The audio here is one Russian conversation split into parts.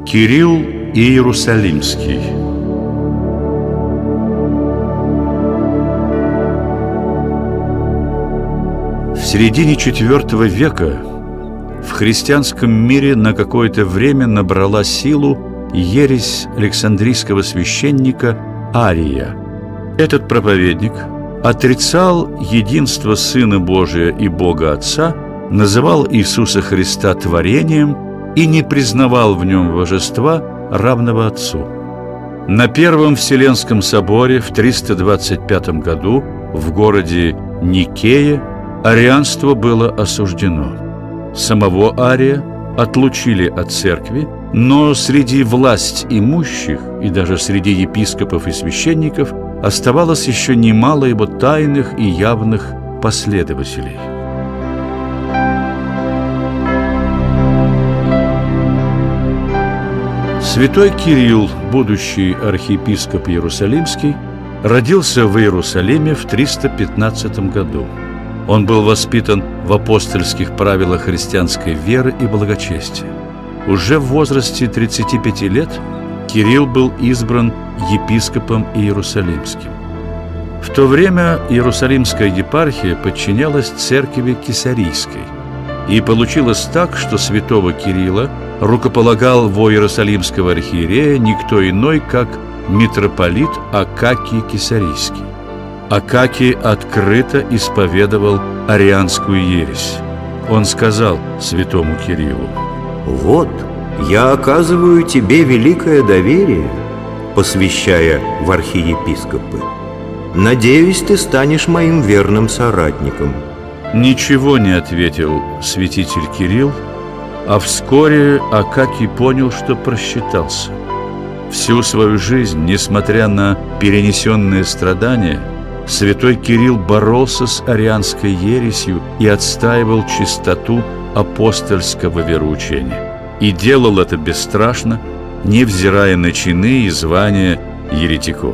Кирилл Иерусалимский. В середине IV века в христианском мире на какое-то время набрала силу ересь Александрийского священника Ария. Этот проповедник отрицал единство Сына Божия и Бога Отца, называл Иисуса Христа творением и не признавал в нем божества, равного Отцу. На Первом Вселенском соборе в 325 году в городе Никее арианство было осуждено. Самого Ария отлучили от церкви, но среди власть имущих и даже среди епископов и священников оставалось еще немало его тайных и явных последователей. Святой Кирилл, будущий архиепископ Иерусалимский, родился в Иерусалиме в 315 году. Он был воспитан в апостольских правилах христианской веры и благочестия. Уже в возрасте 35 лет Кирилл был избран епископом Иерусалимским. В то время Иерусалимская епархия подчинялась церкви Кесарийской. И получилось так, что святого Кирилла рукополагал во Иерусалимского архиерея никто иной, как митрополит Акакий Кесарийский. Акакий открыто исповедовал арианскую ересь. Он сказал святому Кириллу: «Вот, я оказываю тебе великое доверие, посвящая в архиепископы. Надеюсь, ты станешь моим верным соратником». Ничего не ответил святитель Кирилл, а вскоре Акакий понял, что просчитался. Всю свою жизнь, несмотря на перенесенные страдания, святой Кирилл боролся с арианской ересью и отстаивал чистоту апостольского вероучения. И делал это бесстрашно, невзирая на чины и звания еретиков.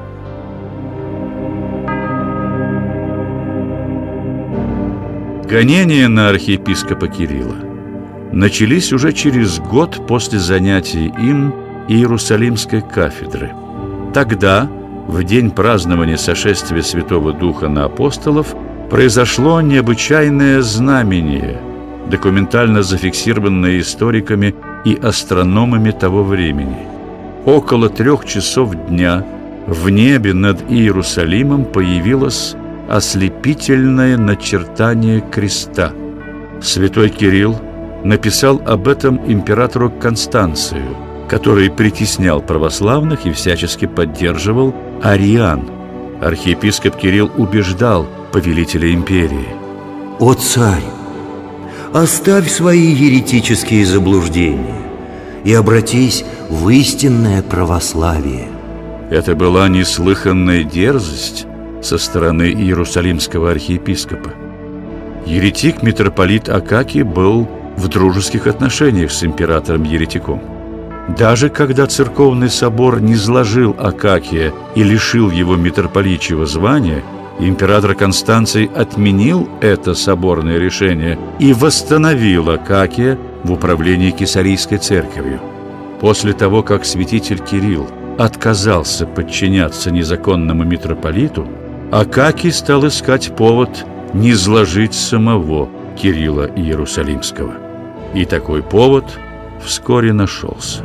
Гонения на архиепископа Кирилла начались уже через год после занятий им Иерусалимской кафедры. Тогда, в день празднования сошествия Святого Духа на апостолов, произошло необычайное знамение, документально зафиксированное историками и астрономами того времени. Около 3 часов дня в небе над Иерусалимом появилось ослепительное начертание креста. Святой Кирилл написал об этом императору Констанцию, который притеснял православных и всячески поддерживал ариан. Архиепископ Кирилл убеждал повелителя империи: «О царь, оставь свои еретические заблуждения и обратись в истинное православие». Это была неслыханная дерзость со стороны иерусалимского архиепископа. Еретик митрополит Акакий был в дружеских отношениях с императором-еретиком. Даже когда церковный собор низложил Акакия и лишил его митрополичьего звания, император Констанций отменил это соборное решение и восстановил Акакия в управлении Кесарийской церковью. После того, как святитель Кирилл отказался подчиняться незаконному митрополиту, Акакий стал искать повод низложить самого Кирилла Иерусалимского. И такой повод вскоре нашелся.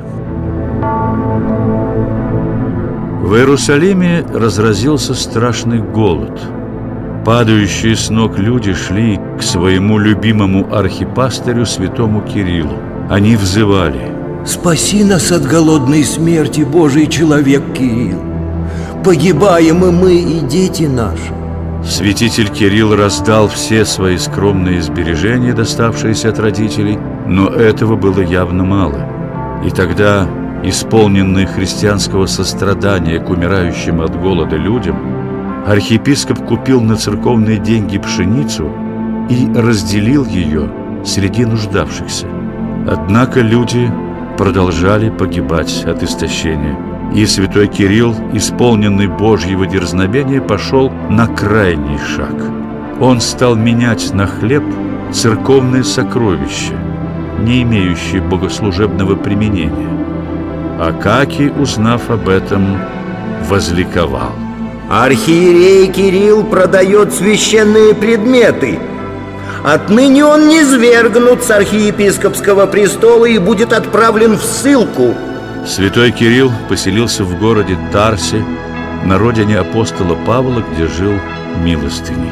В Иерусалиме разразился страшный голод. Падающие с ног люди шли к своему любимому архипастырю святому Кириллу. Они взывали: «Спаси нас от голодной смерти, Божий человек Кирилл! Погибаем и мы, и дети наши!» Святитель Кирилл раздал все свои скромные сбережения, доставшиеся от родителей, но этого было явно мало. И тогда, исполненный христианского сострадания к умирающим от голода людям, архиепископ купил на церковные деньги пшеницу и разделил ее среди нуждавшихся. Однако люди продолжали погибать от истощения. И святой Кирилл, исполненный Божьего дерзновения, пошел на крайний шаг. Он стал менять на хлеб церковные сокровища, не имеющие богослужебного применения. Акакий, узнав об этом, возликовал. Архиерей Кирилл продает священные предметы. Отныне он низвергнут с архиепископского престола и будет отправлен в ссылку. Святой Кирилл поселился в городе Тарсе, на родине апостола Павла, где жил милостыней.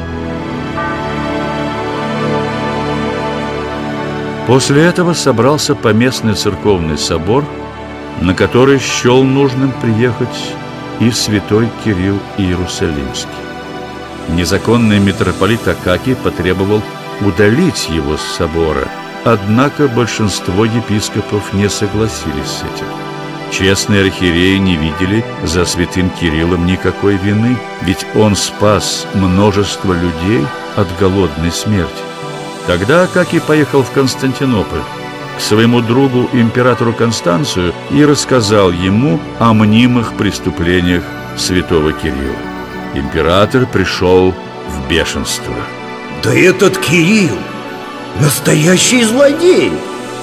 После этого собрался поместный церковный собор, на который счел нужным приехать и святой Кирилл Иерусалимский. Незаконный митрополит Акакий потребовал удалить его с собора, однако большинство епископов не согласились с этим. Честные архиереи не видели за святым Кириллом никакой вины, ведь он спас множество людей от голодной смерти. Тогда Акакий поехал в Константинополь к своему другу императору Констанцию и рассказал ему о мнимых преступлениях святого Кирилла. Император пришел в бешенство. Да этот Кирилл настоящий злодей!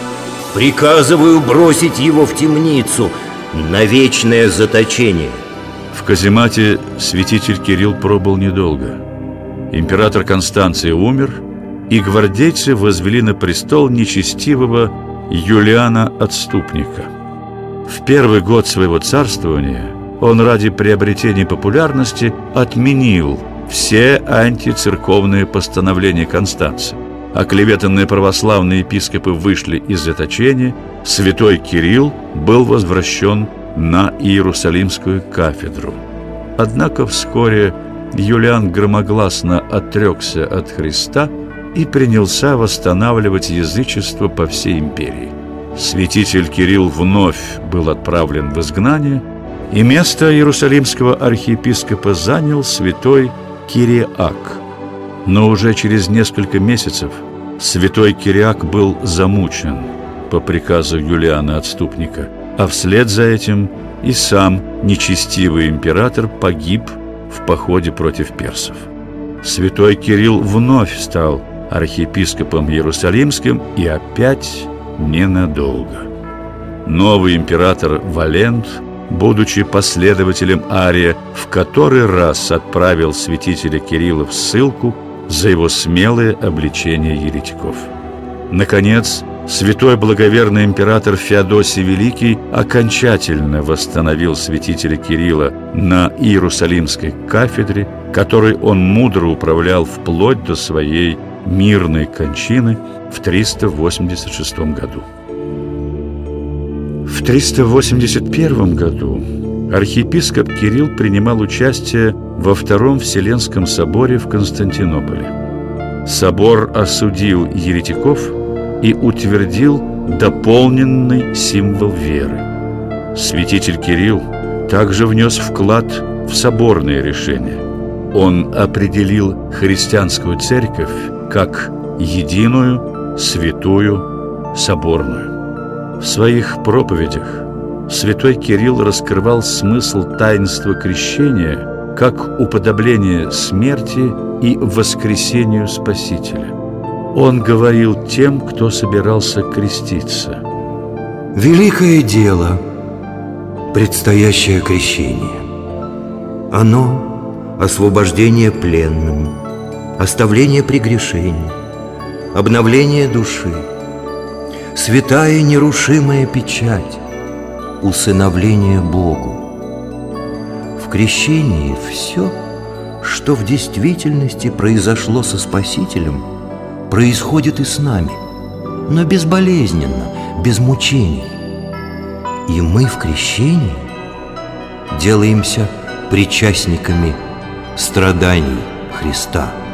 Приказываю бросить его в темницу на вечное заточение. В каземате святитель Кирилл пробыл недолго. Император Констанций умер, и гвардейцы возвели на престол нечестивого Юлиана Отступника. В первый год своего царствования он ради приобретения популярности отменил все антицерковные постановления Констанция. Оклеветанные православные епископы вышли из заточения, святой Кирилл был возвращен на Иерусалимскую кафедру. Однако вскоре Юлиан громогласно отрекся от Христа и принялся восстанавливать язычество по всей империи. Святитель Кирилл вновь был отправлен в изгнание, и место иерусалимского архиепископа занял святой Кириак. Но уже через несколько месяцев святой Кириак был замучен по приказу Юлиана Отступника, а вслед за этим и сам нечестивый император погиб в походе против персов. Святой Кирилл вновь стал архиепископом Иерусалимским и опять ненадолго. Новый император Валент, будучи последователем Ария, в который раз отправил святителя Кирилла в ссылку за его смелое обличение еретиков. Наконец, святой благоверный император Феодосий Великий окончательно восстановил святителя Кирилла на Иерусалимской кафедре, которой он мудро управлял вплоть до своей мирной кончины в 386 году. В 381 году архиепископ Кирилл принимал участие во Втором Вселенском соборе в Константинополе. Собор осудил еретиков и утвердил дополненный символ веры. Святитель Кирилл также внес вклад в соборные решения. Он определил христианскую церковь как единую, святую, соборную. В своих проповедях святой Кирилл раскрывал смысл таинства крещения как уподобление смерти и воскресению Спасителя. Он говорил тем, кто собирался креститься: великое дело, предстоящее крещение. Оно – освобождение пленным, оставление прегрешений, обновление души, святая нерушимая печать, усыновление Богу. В крещении все, что в действительности произошло со Спасителем, происходит и с нами, но безболезненно, без мучений. И мы в крещении делаемся причастниками страданий Христа.